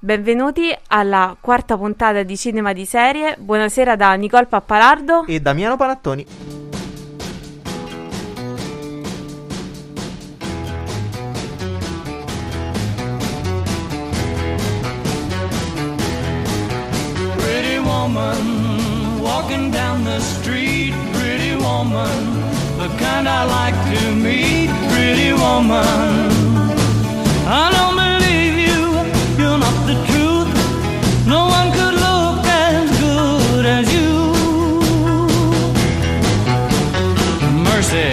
Benvenuti alla quarta puntata di Cinema di Serie. Buonasera da Nicole Pappalardo e Damiano Panattoni. Pretty woman walking down the street, pretty woman, the kind I like to meet, pretty woman. I don't believe you, you're not the truth. No one could look as good as you. Mercy.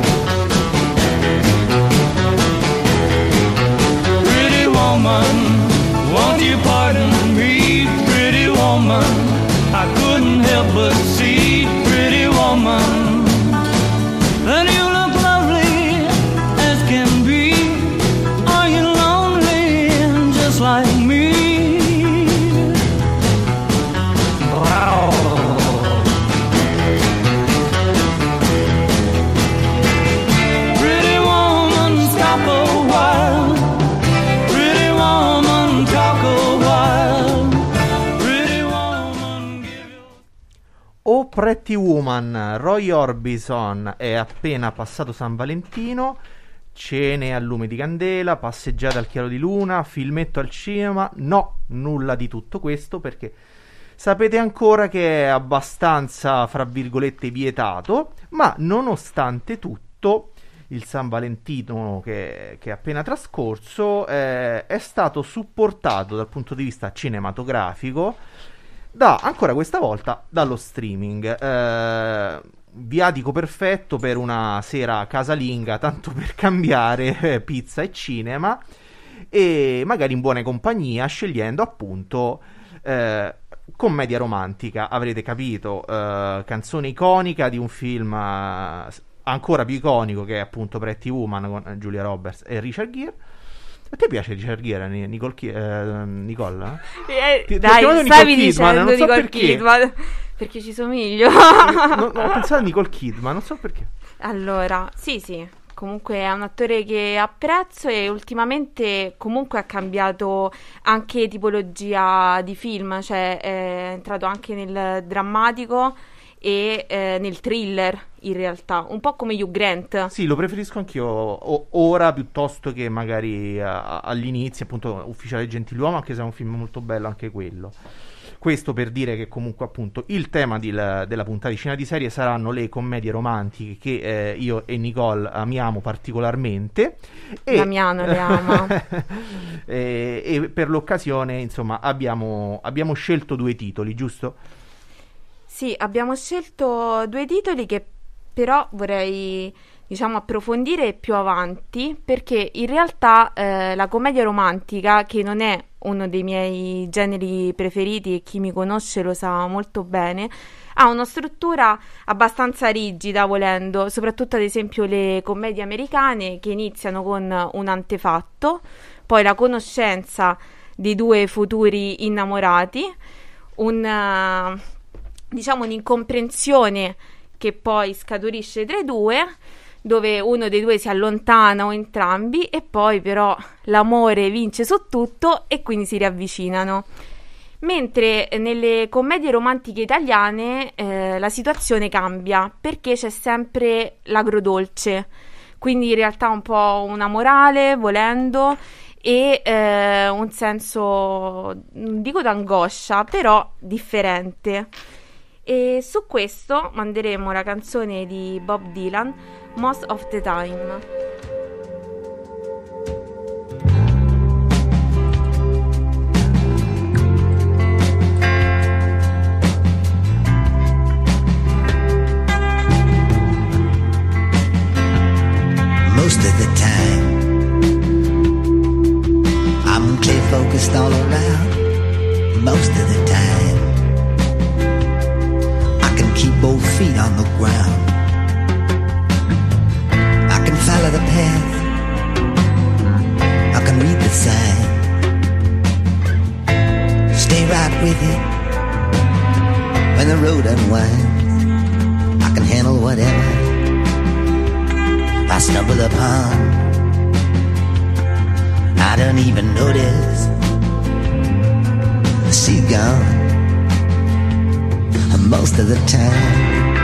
Pretty woman, won't you pardon me, pretty woman? I couldn't help but see, pretty woman, that you look lovely as can be. Are you lonely just like me? Wow. Pretty woman, stop a while. Pretty woman, talk a while. Pretty woman, give you... Oh Pretty Woman, Roy Orbison. È appena passato San Valentino, cene a lume di candela, passeggiate al chiaro di luna, filmetto al cinema. No, nulla di tutto questo, perché sapete ancora che è abbastanza, fra virgolette, vietato. Ma nonostante tutto, il San Valentino che è appena trascorso è stato supportato dal punto di vista cinematografico ancora questa volta dallo streaming. Viatico perfetto per una sera casalinga, tanto per cambiare pizza e cinema, e magari in buona compagnia, scegliendo appunto commedia romantica, avrete capito, canzone iconica di un film ancora più iconico, che è appunto Pretty Woman con Julia Roberts e Richard Gere. A te piace Richard Gere, Nicole? Dai, stavi dicendo non so Nicole Kidman, perché ci somiglio. Ho pensato a Nicole Kidman, non so perché. Allora, sì, comunque è un attore che apprezzo e ultimamente comunque ha cambiato anche tipologia di film, cioè è entrato anche nel drammatico e nel thriller, in realtà, un po' come Hugh Grant. Sì, lo preferisco anch'io ora piuttosto che magari agli inizi, appunto, Ufficiale Gentiluomo, anche se è un film molto bello anche quello. Questo per dire che comunque appunto il tema della puntata di Cinema di Serie saranno le commedie romantiche che io e Nicole amiamo particolarmente. Damiano le ama. e per l'occasione, insomma, abbiamo scelto due titoli, giusto? Sì, abbiamo scelto due titoli che però vorrei, approfondire più avanti, perché in realtà la commedia romantica, che non è uno dei miei generi preferiti e chi mi conosce lo sa molto bene, ha una struttura abbastanza rigida, volendo, soprattutto ad esempio le commedie americane, che iniziano con un antefatto, poi la conoscenza di due futuri innamorati, un'incomprensione che poi scaturisce tra i due, dove uno dei due si allontana o entrambi, e poi però l'amore vince su tutto e quindi si riavvicinano. Mentre nelle commedie romantiche italiane la situazione cambia, perché c'è sempre l'agrodolce, quindi in realtà un po' una morale, volendo, e un senso, non dico d'angoscia, però differente. E su questo manderemo la canzone di Bob Dylan, Most of the Time. Most of the time I'm clear focused all around. Most of the time keep both feet on the ground. I can follow the path, I can read the sign, stay right with it when the road unwinds. I can handle whatever I stumble upon. I don't even notice she's gone most of the time.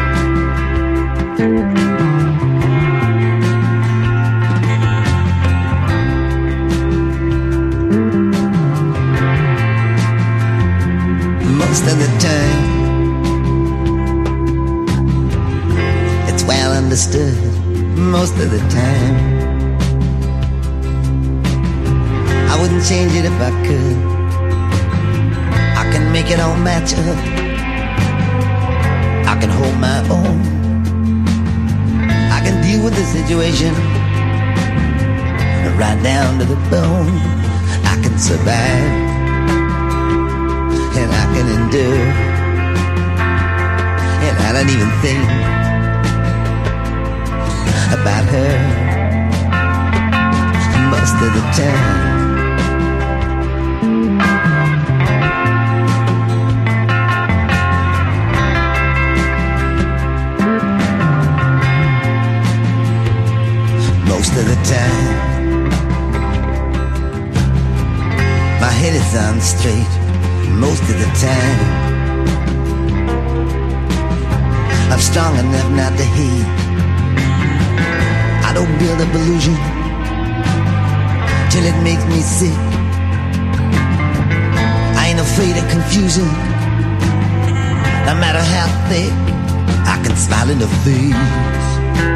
Most of the time, it's well understood. Most of the time, I wouldn't change it if I could. I can make it all match up. I can hold my own. I can deal with the situation right down to the bone. I can survive and I can endure, and I don't even think about her most of the time. Most of the time, my head is on straight. Most of the time, I'm strong enough not to hate. I don't build up illusion till it makes me sick. I ain't afraid of confusion. No matter how thick, I can smile in the face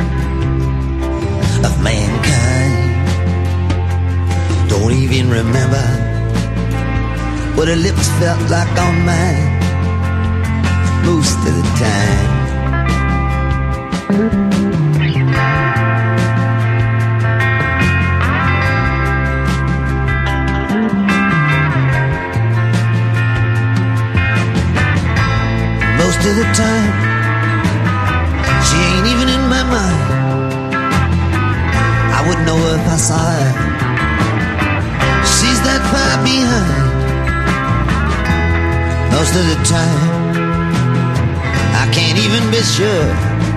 of mankind. Don't even remember what her lips felt like on mine most of the time. Most of the time, she ain't even in my mind. I wouldn't know her if I saw her. She's that far behind. Most of the time, I can't even be sure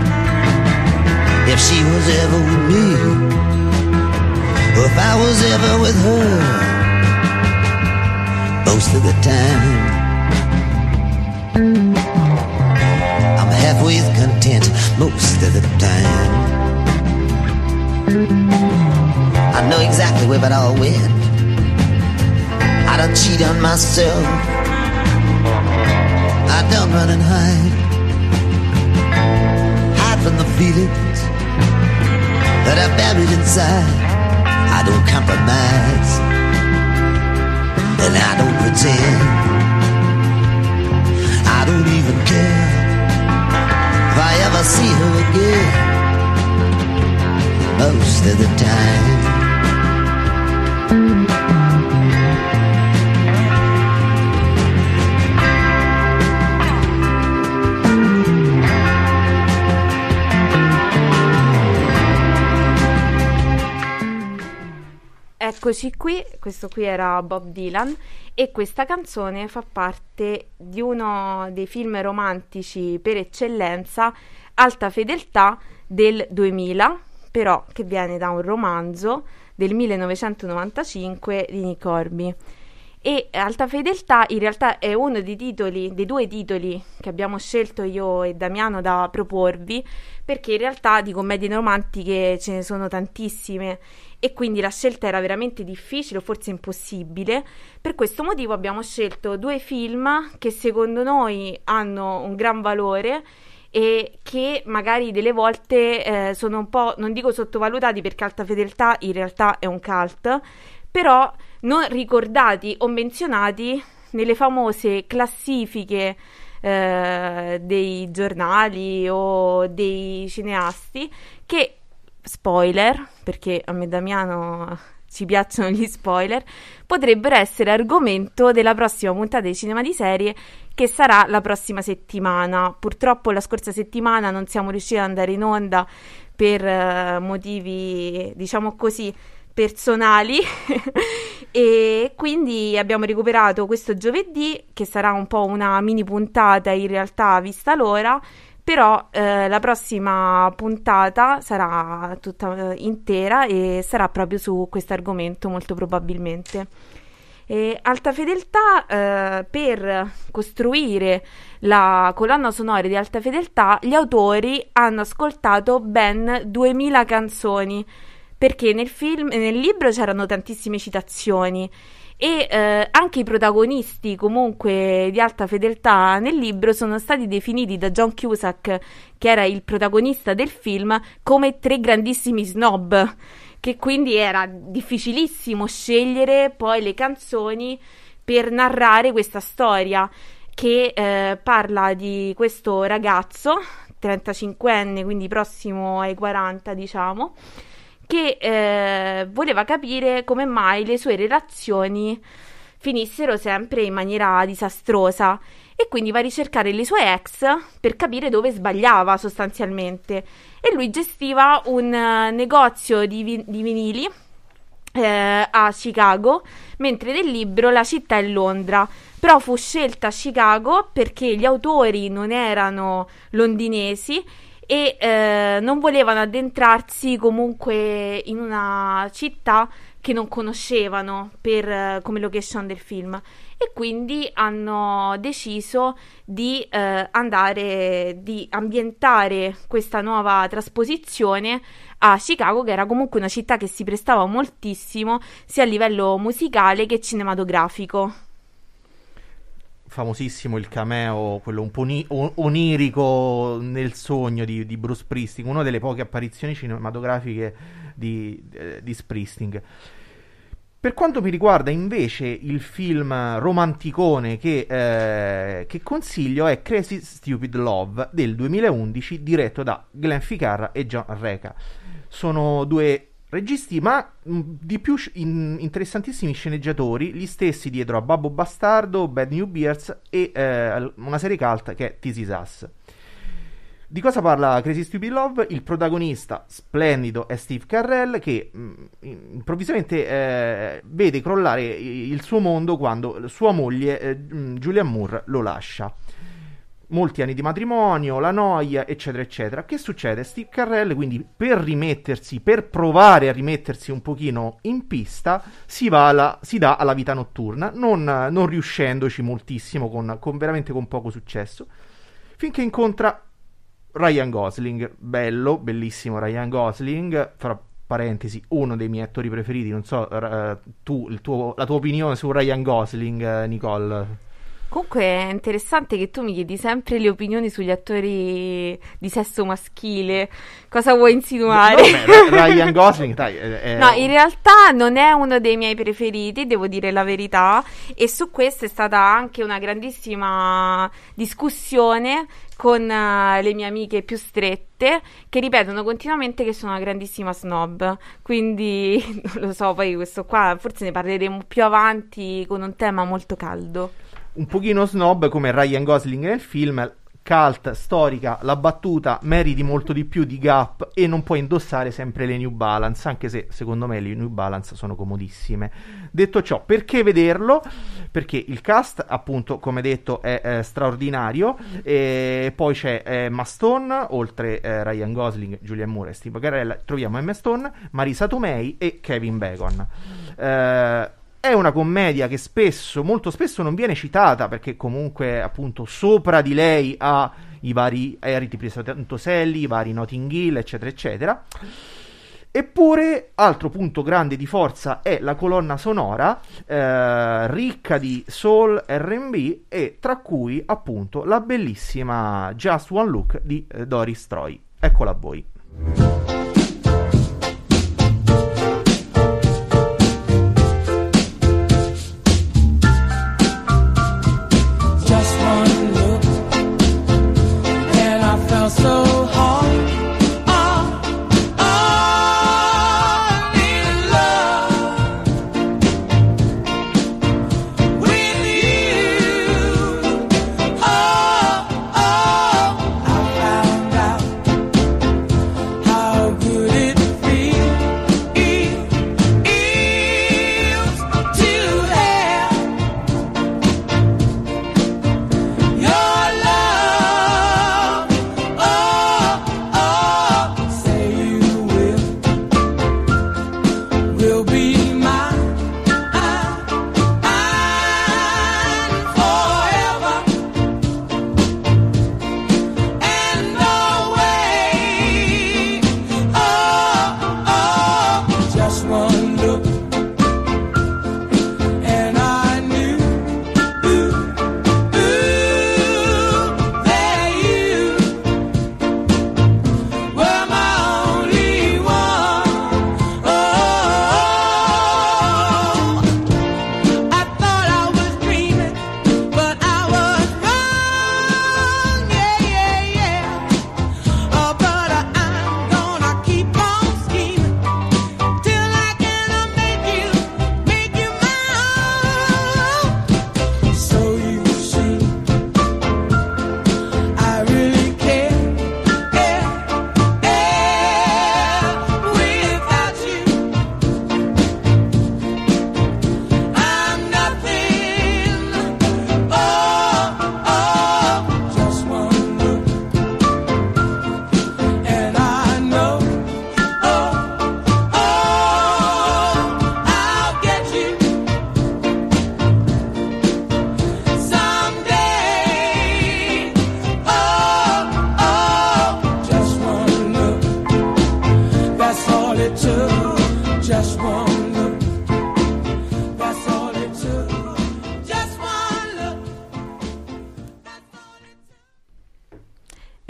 if she was ever with me or if I was ever with her. Most of the time, I'm halfway content. Most of the time, I know exactly where it all went. I don't cheat on myself. I don't run and hide from the feelings that I buried inside. I don't compromise and I don't pretend. I don't even care if I ever see her again. Most of the time, eccoci qui, questo qui era Bob Dylan e questa canzone fa parte di uno dei film romantici per eccellenza, Alta Fedeltà del 2000, però che viene da un romanzo del 1995 di Nick Horby. E Alta Fedeltà in realtà è uno dei titoli, dei due titoli che abbiamo scelto io e Damiano da proporvi, perché in realtà di commedie romantiche ce ne sono tantissime e quindi la scelta era veramente difficile o forse impossibile. Per questo motivo abbiamo scelto due film che secondo noi hanno un gran valore e che magari delle volte sono un po', non dico sottovalutati perché Alta Fedeltà in realtà è un cult, però non ricordati o menzionati nelle famose classifiche dei giornali o dei cineasti che, spoiler, perché a me Damiano ci piacciono gli spoiler, potrebbero essere argomento della prossima puntata di Cinema di Serie che sarà la prossima settimana. Purtroppo la scorsa settimana non siamo riusciti ad andare in onda per motivi, diciamo così, personali e quindi abbiamo recuperato questo giovedì, che sarà un po' una mini puntata in realtà vista l'ora, però la prossima puntata sarà tutta intera e sarà proprio su questo argomento molto probabilmente. Alta Fedeltà, per costruire la colonna sonora di Alta Fedeltà, gli autori hanno ascoltato ben 2000 canzoni, perché nel libro c'erano tantissime citazioni e anche i protagonisti comunque di Alta Fedeltà nel libro sono stati definiti da John Cusack, che era il protagonista del film, come 3 grandissimi snob, che quindi era difficilissimo scegliere poi le canzoni per narrare questa storia che parla di questo ragazzo 35enne, quindi prossimo ai 40 diciamo, che voleva capire come mai le sue relazioni finissero sempre in maniera disastrosa e quindi va a ricercare le sue ex per capire dove sbagliava sostanzialmente. E lui gestiva un negozio di vinili a Chicago, mentre nel libro la città è Londra. Però fu scelta Chicago perché gli autori non erano londinesi e non volevano addentrarsi comunque in una città che non conoscevano come location del film, e quindi hanno deciso di ambientare questa nuova trasposizione a Chicago, che era comunque una città che si prestava moltissimo sia a livello musicale che cinematografico. Famosissimo il cameo, quello un po' onirico nel sogno di Bruce Springsteen, una delle poche apparizioni cinematografiche di Springsteen. Per quanto mi riguarda invece il film romanticone che consiglio è Crazy Stupid Love del 2011, diretto da Glenn Ficarra e John Reca. Sono 2 registi, ma di più interessantissimi sceneggiatori, gli stessi dietro a Babbo Bastardo, Bad New Bears e una serie cult che è This Is Us. Di cosa parla Crazy Stupid Love? Il protagonista splendido è Steve Carell, che improvvisamente vede crollare il suo mondo quando sua moglie Julianne Moore lo lascia. Molti anni di matrimonio, la noia, eccetera eccetera. Che succede? Steve Carell, quindi per provare a rimettersi un pochino in pista, si dà alla vita notturna, non riuscendoci moltissimo, veramente con poco successo, finché incontra Ryan Gosling. Bellissimo Ryan Gosling, fra parentesi uno dei miei attori preferiti. Non so la tua opinione su Ryan Gosling, Nicole. Comunque è interessante che tu mi chiedi sempre le opinioni sugli attori di sesso maschile. Cosa vuoi insinuare? Ryan Gosling, dai, No, in realtà non è uno dei miei preferiti, devo dire la verità, e su questo è stata anche una grandissima discussione con le mie amiche più strette, che ripetono continuamente che sono una grandissima snob. Quindi non lo so, poi questo qua forse ne parleremo più avanti con un tema molto caldo. Un pochino snob come Ryan Gosling nel film, cult, storica, la battuta meriti molto di più di Gap e non puoi indossare sempre le New Balance, anche se secondo me le New Balance sono comodissime. Detto ciò, perché vederlo? Perché il cast, appunto, come detto, è straordinario, e poi c'è Emma Stone, oltre Ryan Gosling, Julianne Moore e Steve Carell, troviamo Emma Stone, Marisa Tomei e Kevin Bacon. È una commedia che molto spesso non viene citata, perché comunque appunto sopra di lei ha i vari Harry Pisantoselli, i vari Notting Hill, eccetera eccetera. Eppure altro punto grande di forza è la colonna sonora, ricca di soul, R&B, e tra cui appunto la bellissima Just One Look di Doris Troy. Eccola a voi.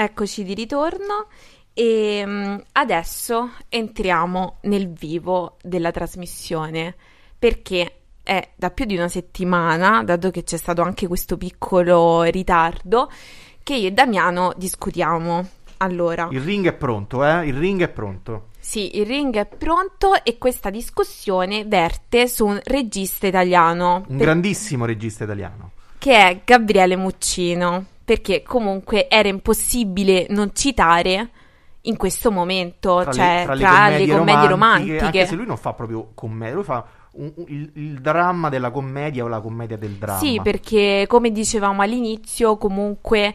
Eccoci di ritorno e adesso entriamo nel vivo della trasmissione, perché è da più di una settimana, dato che c'è stato anche questo piccolo ritardo, che io e Damiano discutiamo. Allora, Il ring è pronto, eh? Il ring è pronto. sì, il ring è pronto e questa discussione verte su un regista italiano, Un grandissimo regista italiano. che è Gabriele Muccino, perché comunque era impossibile non citare in questo momento, cioè tra le commedie romantiche. Anche se lui non fa proprio commedia, lui fa il dramma della commedia o la commedia del dramma. Sì, perché come dicevamo all'inizio, comunque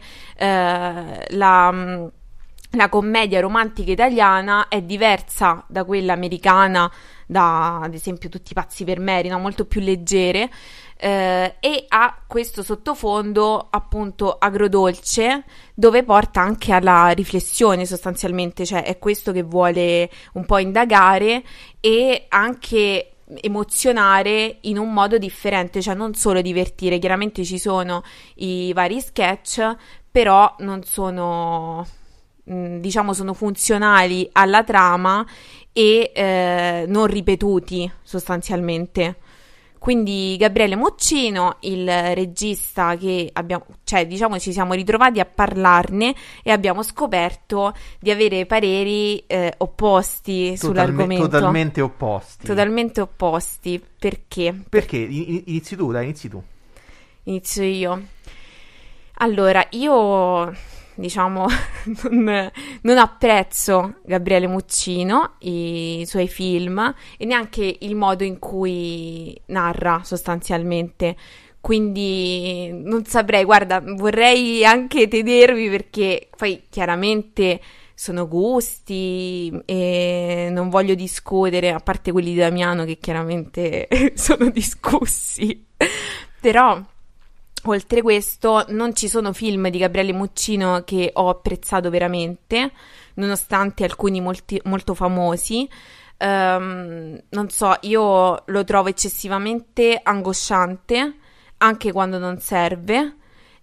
la commedia romantica italiana è diversa da quella americana, da ad esempio Tutti pazzi per Mary, no? Molto più leggere, e ha questo sottofondo appunto agrodolce, dove porta anche alla riflessione sostanzialmente, cioè è questo che vuole un po' indagare e anche emozionare in un modo differente, cioè non solo divertire. Chiaramente ci sono i vari sketch, però non sono, diciamo, sono funzionali alla trama e non ripetuti sostanzialmente. Quindi Gabriele Muccino, il regista che abbiamo, cioè diciamo ci siamo ritrovati a parlarne e abbiamo scoperto di avere pareri opposti sull'argomento. Totalmente opposti. Totalmente opposti. Perché? Perché? Inizi tu, dai, inizi tu. Inizio io. Allora, io diciamo non apprezzo Gabriele Muccino, i suoi film e neanche il modo in cui narra sostanzialmente. Quindi non saprei, guarda, vorrei anche tenervi perché poi chiaramente sono gusti e non voglio discutere, a parte quelli di Damiano che chiaramente sono discussi. Però oltre questo, non ci sono film di Gabriele Muccino che ho apprezzato veramente, nonostante alcuni molto famosi. Non so, io lo trovo eccessivamente angosciante, anche quando non serve,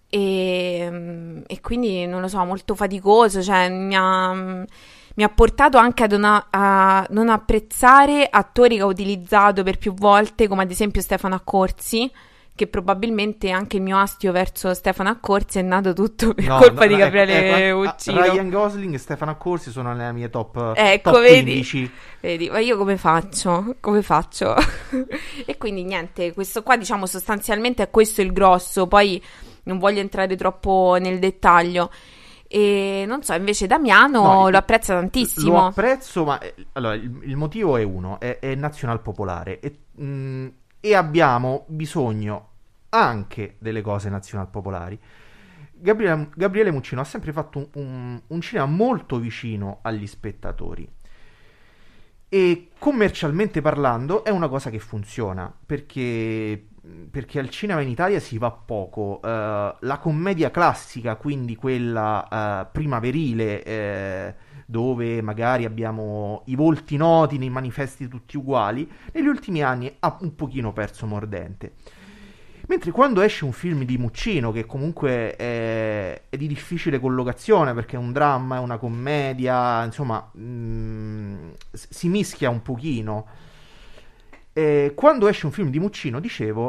e quindi, non lo so, molto faticoso, cioè mi ha portato anche a non apprezzare attori che ho utilizzato per più volte, come ad esempio Stefano Accorsi, che probabilmente anche il mio astio verso Stefano Accorsi è nato tutto per colpa di Gabriele Muccino. Ryan Gosling e Stefano Accorsi sono nelle mie top Ecco, 15. Vedi, ma io come faccio? E quindi niente, questo qua diciamo sostanzialmente è questo il grosso, poi non voglio entrare troppo nel dettaglio. E non so, invece Damiano lo apprezza tantissimo. Lo apprezzo, ma allora il motivo è uno, è nazionalpopolare e abbiamo bisogno anche delle cose nazionalpopolari. Gabriele Muccino ha sempre fatto un cinema molto vicino agli spettatori e commercialmente parlando è una cosa che funziona perché al cinema in Italia si va poco. La commedia classica, quindi quella primaverile, dove magari abbiamo i volti noti nei manifesti tutti uguali, negli ultimi anni ha un pochino perso mordente. Mentre quando esce un film di Muccino, che comunque è di difficile collocazione perché è un dramma, è una commedia, insomma, si mischia un pochino. Quando esce un film di Muccino, dicevo,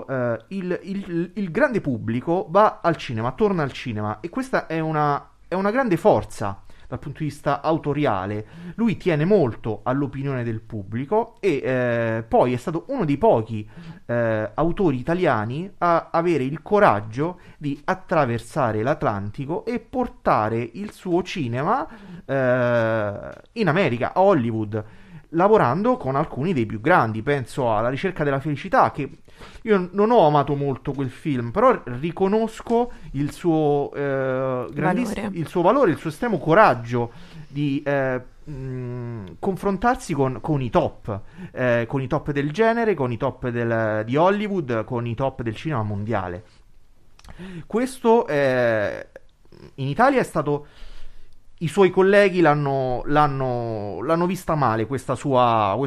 il grande pubblico va al cinema, torna al cinema, e questa è una grande forza dal punto di vista autoriale. Lui tiene molto all'opinione del pubblico e poi è stato uno dei pochi autori italiani a avere il coraggio di attraversare l'Atlantico e portare il suo cinema in America, a Hollywood, lavorando con alcuni dei più grandi. Penso alla Ricerca della felicità, che io non ho amato molto quel film, però riconosco il suo il suo valore, il suo estremo coraggio di confrontarsi con i top del genere, con i top di Hollywood, con i top del cinema mondiale. Questo in Italia è stato... I suoi colleghi l'hanno vista male, questo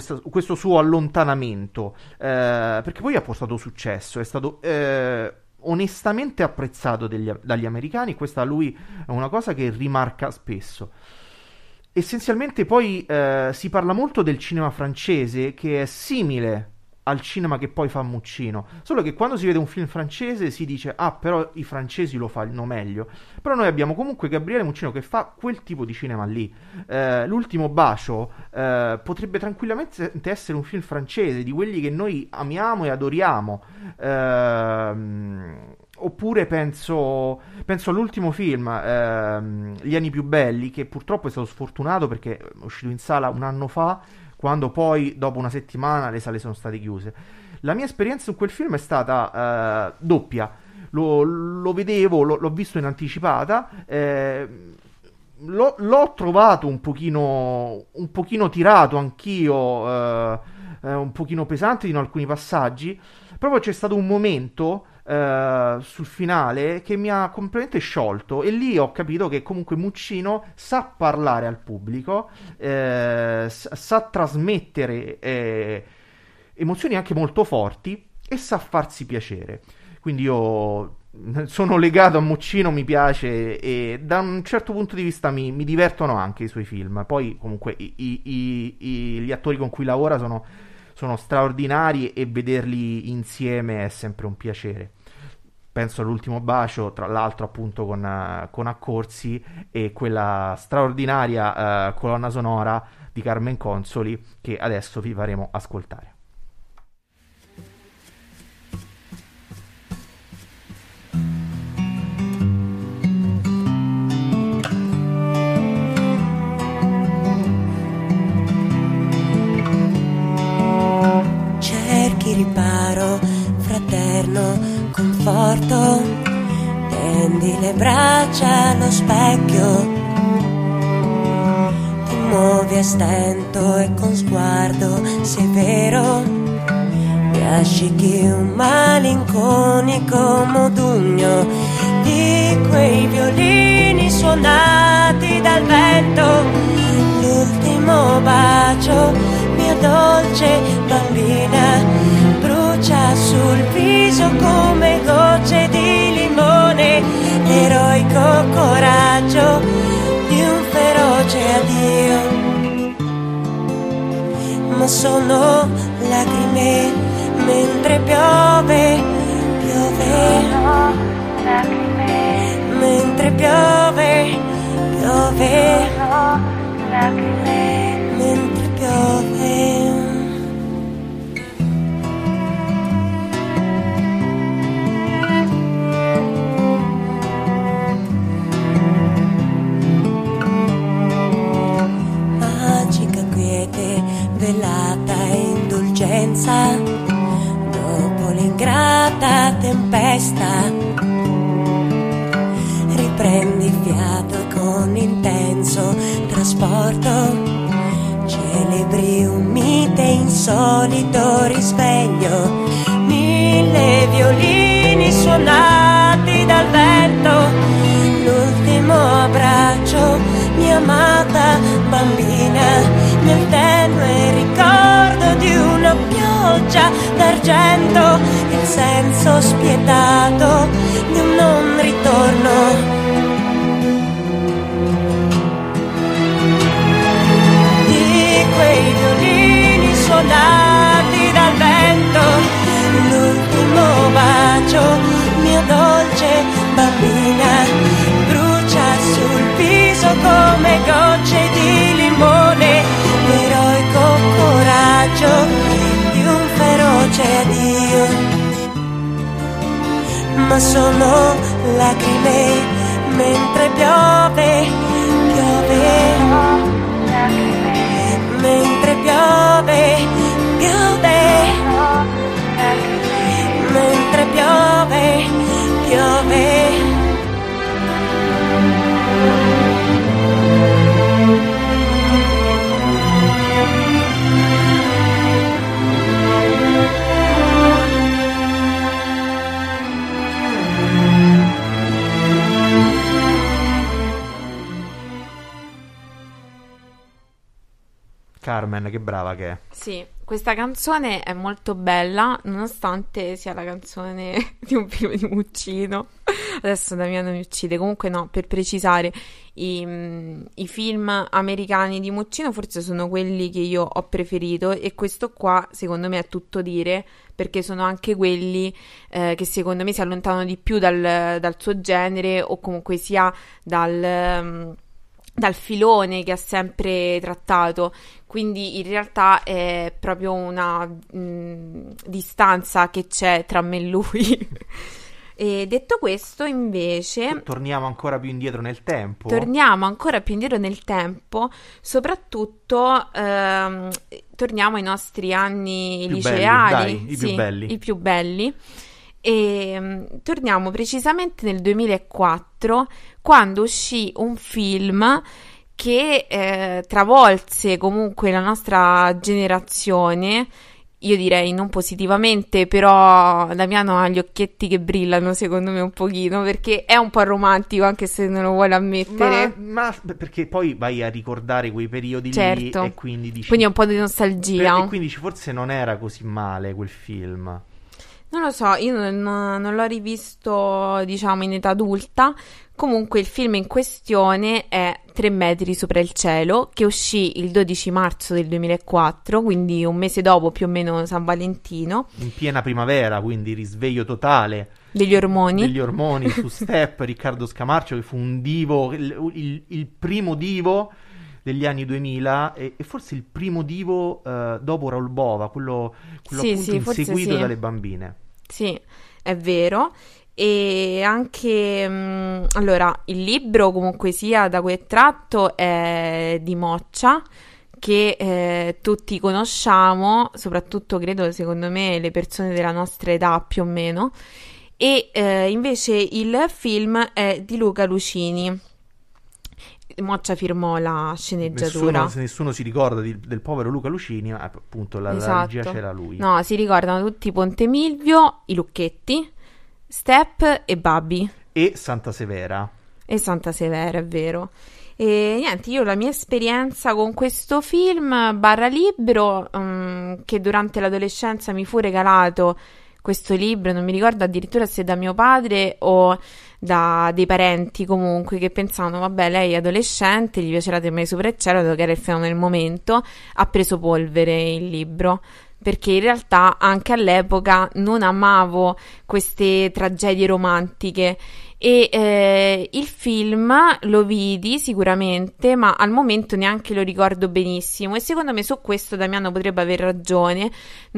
suo allontanamento, perché poi ha portato successo. È stato onestamente apprezzato dagli americani. Questa a lui è una cosa che rimarca spesso. Essenzialmente poi si parla molto del cinema francese, che è simile al cinema che poi fa Muccino, solo che quando si vede un film francese si dice ah, però i francesi lo fanno meglio. Però noi abbiamo comunque Gabriele Muccino che fa quel tipo di cinema lì. L'ultimo bacio potrebbe tranquillamente essere un film francese, di quelli che noi amiamo e adoriamo. Oppure penso all'ultimo film, Gli anni più belli, che purtroppo è stato sfortunato perché è uscito in sala un anno fa, quando poi dopo una settimana le sale sono state chiuse. La mia esperienza su quel film è stata doppia. Lo vedevo, l'ho visto in anticipata, l'ho trovato un pochino tirato anch'io, un pochino pesante in alcuni passaggi. Proprio c'è stato un momento sul finale che mi ha completamente sciolto, e lì ho capito che comunque Muccino sa parlare al pubblico, sa trasmettere emozioni anche molto forti e sa farsi piacere. Quindi io sono legato a Muccino, mi piace, e da un certo punto di vista mi divertono anche i suoi film. Poi comunque gli attori con cui lavora sono straordinari, e vederli insieme è sempre un piacere. Penso all'ultimo bacio, tra l'altro appunto con Accorsi, e quella straordinaria colonna sonora di Carmen Consoli che adesso vi faremo ascoltare. Cerchi riparo fraterno, conforto, tendi le braccia allo specchio, ti muovi a stento e con sguardo severo, mi asciughi un malinconico modugno di quei violini suonati dal vento. L'ultimo bacio, mia dolce bambina, brucia sul viso come gocce di limone, l'eroico coraggio di un feroce addio. Ma sono lacrime mentre piove, mentre piove, mentre piove. Velata indulgenza dopo l'ingrata tempesta, riprendi fiato e con intenso trasporto celebri un mite insolito risveglio. 1000 violini suonati dal vento, l'ultimo abbraccio, mia amata bambina, nel tenue ricordo di una pioggia d'argento, il senso spietato di un non ritorno. Di quei violini suonati dal vento, l'ultimo bacio, mia dolce bambina, brucia sul viso come gocce di limone, l'eroico coraggio di un feroce addio. Ma sono lacrime mentre piove, mentre piove, mentre piove. Carmen, che brava che è. Sì, Questa canzone è molto bella, nonostante sia la canzone di un film di Muccino. Adesso Damiano mi uccide. Comunque no, per precisare, i film americani di Muccino forse sono quelli che io ho preferito, e questo qua secondo me è tutto dire, perché sono anche quelli che secondo me si allontanano di più dal suo genere, o comunque sia dal filone che ha sempre trattato. Quindi in realtà è proprio una distanza che c'è tra me e lui. E detto questo, invece, Torniamo ancora più indietro nel tempo. Soprattutto torniamo ai nostri anni Più liceali, belli, dai, i più belli. i più belli. E torniamo precisamente nel 2004, quando uscì un film che travolse comunque la nostra generazione. Io direi non positivamente, però Damiano ha gli occhietti che brillano secondo me un pochino, perché è un po' romantico, anche se non lo vuole ammettere. Ma perché poi vai a ricordare quei periodi Certo. lì, e quindi dici... Quindi è un po' di nostalgia. E quindi forse non era così male quel film. Non lo so, io non l'ho rivisto, diciamo, in età adulta. Comunque il film in questione è 3 metri sopra il cielo, che uscì il 12 marzo del 2004, quindi un mese dopo più o meno San Valentino. In piena primavera, quindi risveglio totale Degli ormoni. Su Step, Riccardo Scamarcio, che fu un divo, il primo divo degli anni 2000, e forse il primo divo dopo Raoul Bova, quello Sì, appunto sì, forse inseguito sì. dalle bambine. Sì, è vero. E anche allora, il libro comunque sia da cui è tratto è di Moccia, che tutti conosciamo, soprattutto credo secondo me le persone della nostra età più o meno, e invece il film è di Luca Lucini. Moccia firmò la sceneggiatura. Nessuno si ricorda del povero Luca Lucini, ma appunto la regia c'era lui. No, si ricordano tutti Ponte Milvio, i Lucchetti, Step e Babi. E Santa Severa. E Santa Severa, è vero. E niente, io la mia esperienza con questo film barra libro, che durante l'adolescenza mi fu regalato questo libro, non mi ricordo addirittura se da mio padre o da dei parenti comunque, che pensavano, vabbè, lei è adolescente, gli piacerà Tre metri sopra il cielo, che era il fenomeno del momento, ha preso polvere il libro. Perché in realtà anche all'epoca non amavo queste tragedie romantiche, e il film lo vidi sicuramente, ma al momento neanche lo ricordo benissimo, e secondo me su questo Damiano potrebbe aver ragione.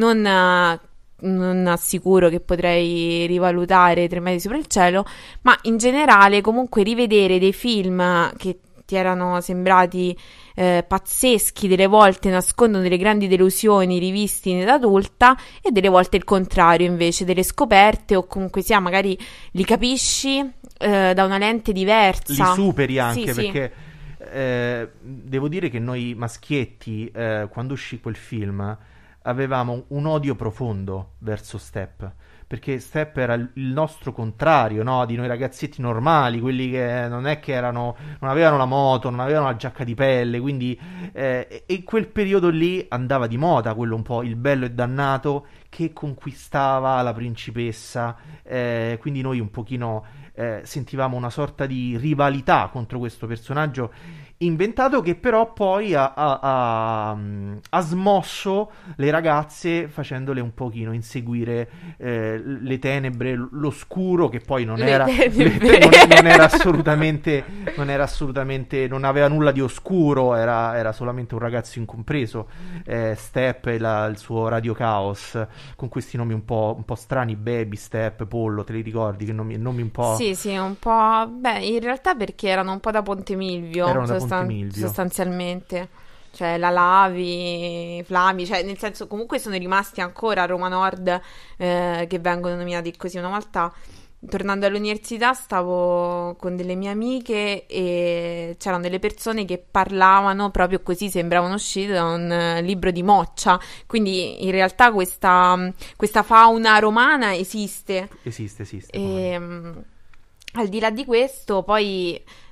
Non assicuro che potrei rivalutare Tre metri sopra il cielo, ma in generale comunque rivedere dei film che ti erano sembrati pazzeschi, delle volte nascondono delle grandi delusioni rivisti in età adulta, e delle volte il contrario, invece delle scoperte, o comunque sia magari li capisci da una lente diversa, li superi anche, sì, perché devo dire che noi maschietti, quando uscì quel film, avevamo un odio profondo verso Step, perché Step era il nostro contrario, no? Di noi ragazzetti normali, quelli che non è che non avevano la moto, non avevano la giacca di pelle, quindi e quel periodo lì andava di moda quello un po' il bello e dannato che conquistava la principessa, quindi noi un pochino sentivamo una sorta di rivalità contro questo personaggio inventato, che però poi ha smosso le ragazze, facendole un pochino inseguire le tenebre, l'oscuro, che poi non era assolutamente, non aveva nulla di oscuro, era solamente un ragazzo incompreso, Step e il suo Radio Caos, con questi nomi un po' strani, Baby, Step, Pollo, te li ricordi? Che nomi un po'... Sì, un po'... Beh, in realtà perché erano un po' da Ponte Milvio, sostanzialmente. Cioè la Lavi, Flami, cioè nel senso comunque sono rimasti ancora a Roma Nord, che vengono nominati così. Una volta, tornando all'università, stavo con delle mie amiche e c'erano delle persone che parlavano proprio così, sembravano uscite da un libro di Moccia, quindi in realtà questa fauna romana esiste. Esiste. Al di là di questo, poi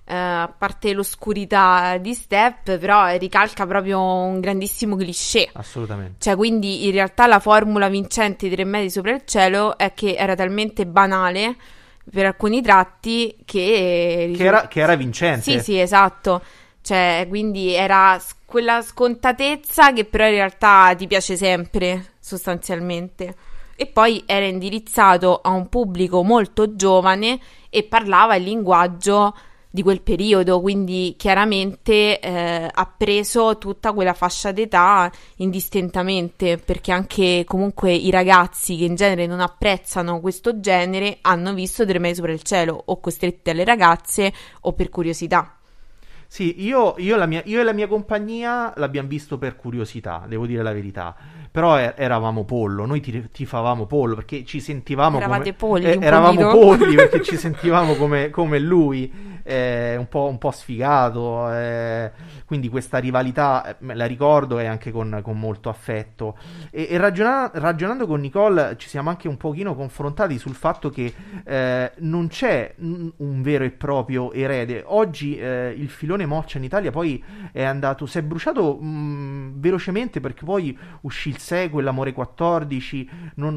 a parte l'oscurità di Step, però ricalca proprio un grandissimo cliché. Assolutamente. Cioè, quindi in realtà la formula vincente di Tre metri sopra il cielo è che era talmente banale per alcuni tratti che era vincente. Sì, esatto. Cioè, quindi era quella scontatezza che però in realtà ti piace sempre, sostanzialmente. E poi era indirizzato a un pubblico molto giovane e parlava il linguaggio di quel periodo, quindi chiaramente ha preso tutta quella fascia d'età indistintamente, perché anche comunque i ragazzi che in genere non apprezzano questo genere hanno visto Tre metri sopra il cielo, o costretti dalle ragazze o per curiosità. Sì, io e la mia compagnia l'abbiamo visto per curiosità, devo dire la verità. Però eravamo pollo, noi tifavamo pollo perché ci sentivamo Eravate polli, eravamo polli perché ci sentivamo come lui, un po' sfigato, quindi questa rivalità la ricordo e anche con molto affetto. E ragionando con Nicole ci siamo anche un pochino confrontati sul fatto che non c'è un vero e proprio erede. Oggi il filone Moccia in Italia poi si è bruciato velocemente, perché poi uscì il sequel, Amore 14,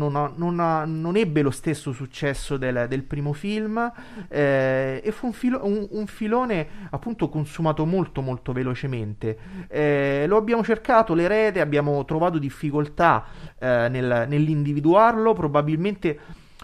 non ebbe lo stesso successo del primo film, e fu un filone appunto consumato molto molto velocemente. Lo abbiamo cercato, l'erede, abbiamo trovato difficoltà nell'individuarlo. Probabilmente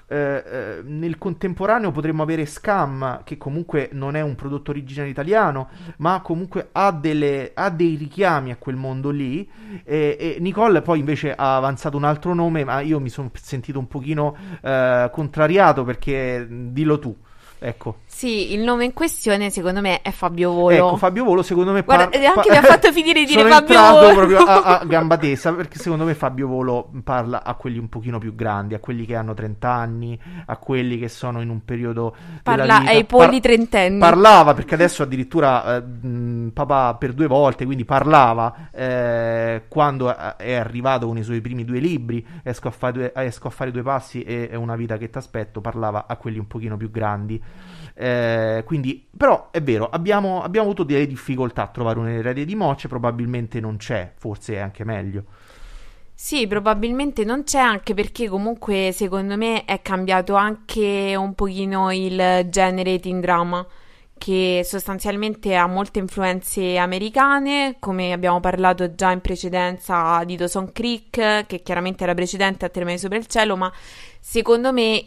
nel contemporaneo potremmo avere Scam, che comunque non è un prodotto originale italiano, ma comunque ha dei richiami a quel mondo lì, e Nicole poi invece ha avanzato un altro nome, ma io mi sono sentito un pochino contrariato, perché dillo tu. Ecco. Sì, il nome in questione secondo me è Fabio Volo. Ecco, Fabio Volo secondo me Guarda, anche mi ha fatto finire di dire sono Fabio entrato Volo proprio a gamba tesa, perché secondo me Fabio Volo parla a quelli un pochino più grandi, a quelli che hanno 30 anni, a quelli che sono in un periodo parla della vita. ai polli trentenni. Parlava, perché adesso addirittura papà per 2 volte, quindi parlava quando è arrivato con i suoi primi 2 libri, esco a fare 2 passi e una vita che t'aspetto, parlava a quelli un pochino più grandi. Quindi, però è vero, abbiamo avuto delle difficoltà a trovare un erede di Moccia, probabilmente non c'è, forse è anche meglio. Sì, probabilmente non c'è, anche perché comunque secondo me è cambiato anche un pochino il genere teen drama, che sostanzialmente ha molte influenze americane, come abbiamo parlato già in precedenza di Dawson Creek, che chiaramente era precedente a Tre metri sopra il cielo, ma secondo me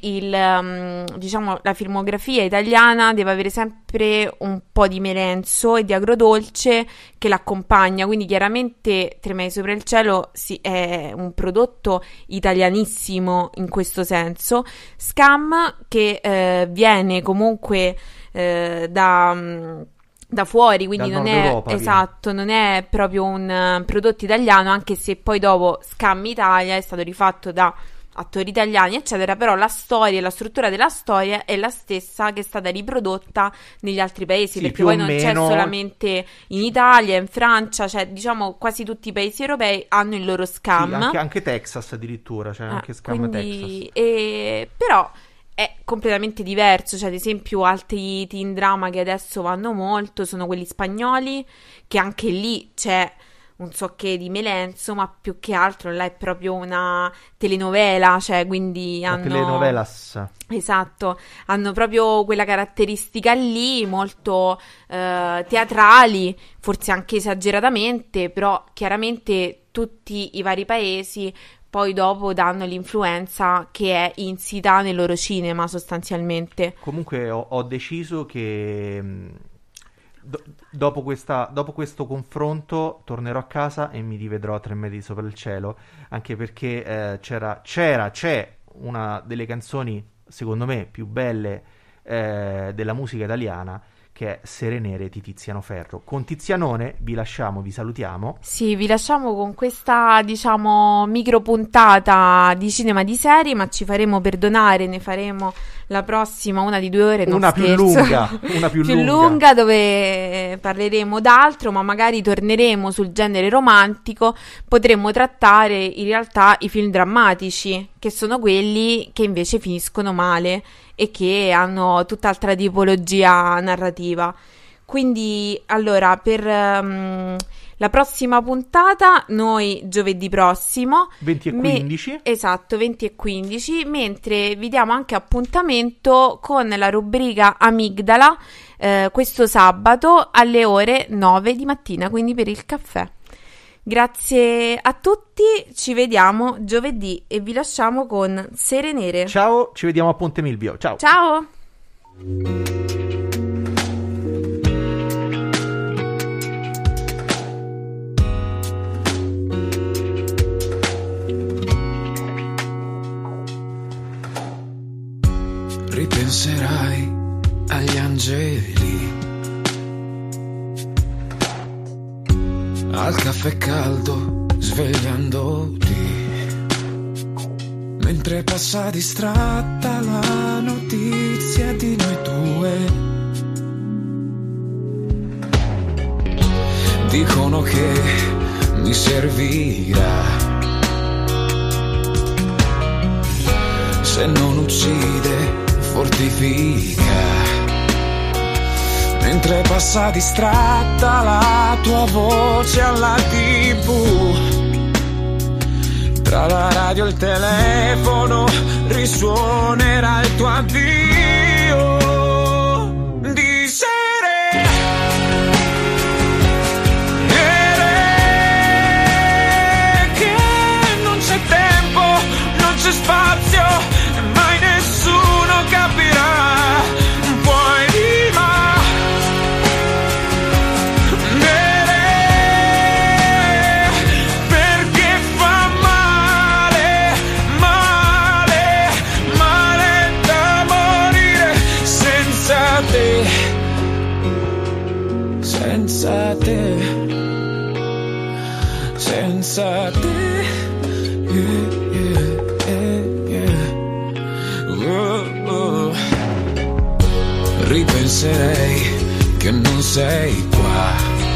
la filmografia italiana deve avere sempre un po' di melenso e di agrodolce che l'accompagna, quindi chiaramente Tre metri sopra il cielo è un prodotto italianissimo in questo senso. Scam, che viene comunque da fuori, quindi Dal non Nord è Europa, esatto, non è proprio un prodotto italiano, anche se poi dopo Scam Italia è stato rifatto da attori italiani eccetera, però la storia e la struttura della storia è la stessa che è stata riprodotta negli altri paesi, sì, perché poi non c'è solamente in Italia, in Francia, cioè diciamo quasi tutti i paesi europei hanno il loro Scam, sì, anche Texas addirittura, cioè anche Scam quindi, Texas, però è completamente diverso. Cioè ad esempio altri teen drama che adesso vanno molto sono quelli spagnoli, che anche lì c'è un so che di melenso, ma più che altro là è proprio una telenovela, cioè quindi hanno... telenovelas. Esatto, hanno proprio quella caratteristica lì, molto teatrali, forse anche esageratamente, però chiaramente tutti i vari paesi poi dopo danno l'influenza che è insita nel loro cinema sostanzialmente. Comunque ho deciso che dopo questo confronto tornerò a casa e mi rivedrò Tre metri sopra il cielo, anche perché c'è una delle canzoni secondo me più belle della musica italiana, che è Sere Nere di Tiziano Ferro. Con Tizianone vi salutiamo. Sì, vi lasciamo con questa, diciamo, micro puntata di cinema di serie, ma ci faremo perdonare, ne faremo la prossima una di 2 ore, no, una scherzo. Una più lunga, dove parleremo d'altro, ma magari torneremo sul genere romantico, potremmo trattare in realtà i film drammatici, che sono quelli che invece finiscono male e che hanno tutt'altra tipologia narrativa. Quindi, allora, per la prossima puntata, noi giovedì prossimo 20 e 15. Esatto, 20 e 15, mentre vi diamo anche appuntamento con la rubrica Amigdala questo sabato alle ore 9 di mattina, quindi per il caffè. Grazie a tutti, ci vediamo giovedì e vi lasciamo con Sere Nere. Ciao, ci vediamo a Ponte Milvio. Ciao. Ciao. Ripenserai agli angeli, al caffè caldo svegliandoti, mentre passa distratta la notizia di noi due. Dicono che mi servirà, se non uccide fortifica, mentre passa distratta la tua voce alla TV, tra la radio e il telefono risuonerà il tuo addio di sere nere, che non c'è tempo, non c'è spazio, mai nessuno capirà, poema nere, perché fa male, male, male da morire senza te, senza te, senza te. Ripenserei che non sei qua,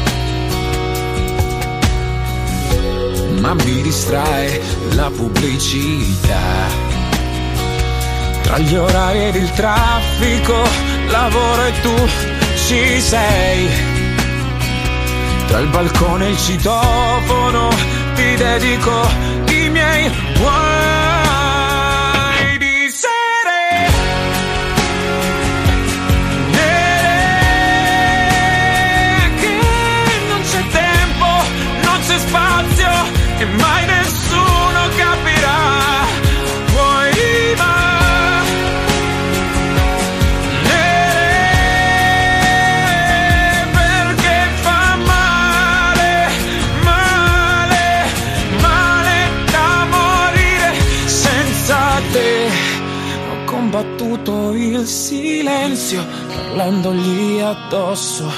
ma mi distrae la pubblicità, tra gli orari ed il traffico, lavoro e tu ci sei, tra il balcone e il citofono ti dedico i miei guai di sere nere, che non c'è tempo, non c'è spazio e mai nessuno capirà, poema nere, perché fa male, male, male da morire senza te. Ho combattuto il silenzio parlandogli addosso,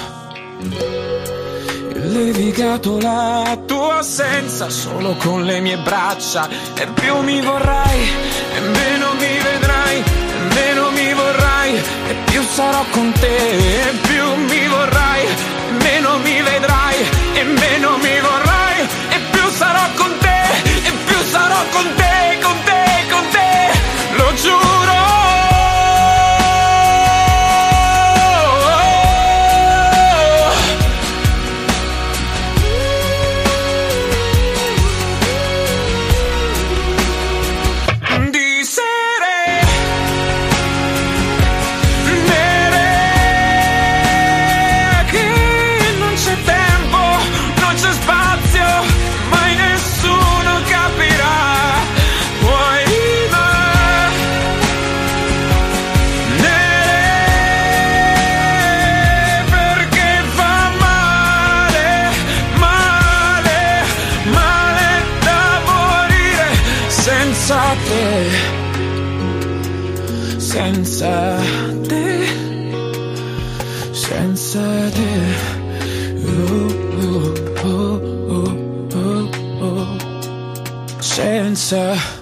levigato la tua assenza solo con le mie braccia, e più mi vorrai e meno mi vedrai, e meno mi vorrai e più sarò con te, e più mi vorrai e meno mi vedrai, e meno mi vorrai e più sarò con te, e più sarò con te, con te, con te, lo giuro. Di sere nere, che non c'è tempo, non c'è spazio, mai nessuno capirà, poema nere, perché fa male, male, male da morire senza te, senza te, senza te, oh, oh, oh, oh, oh, oh. Senza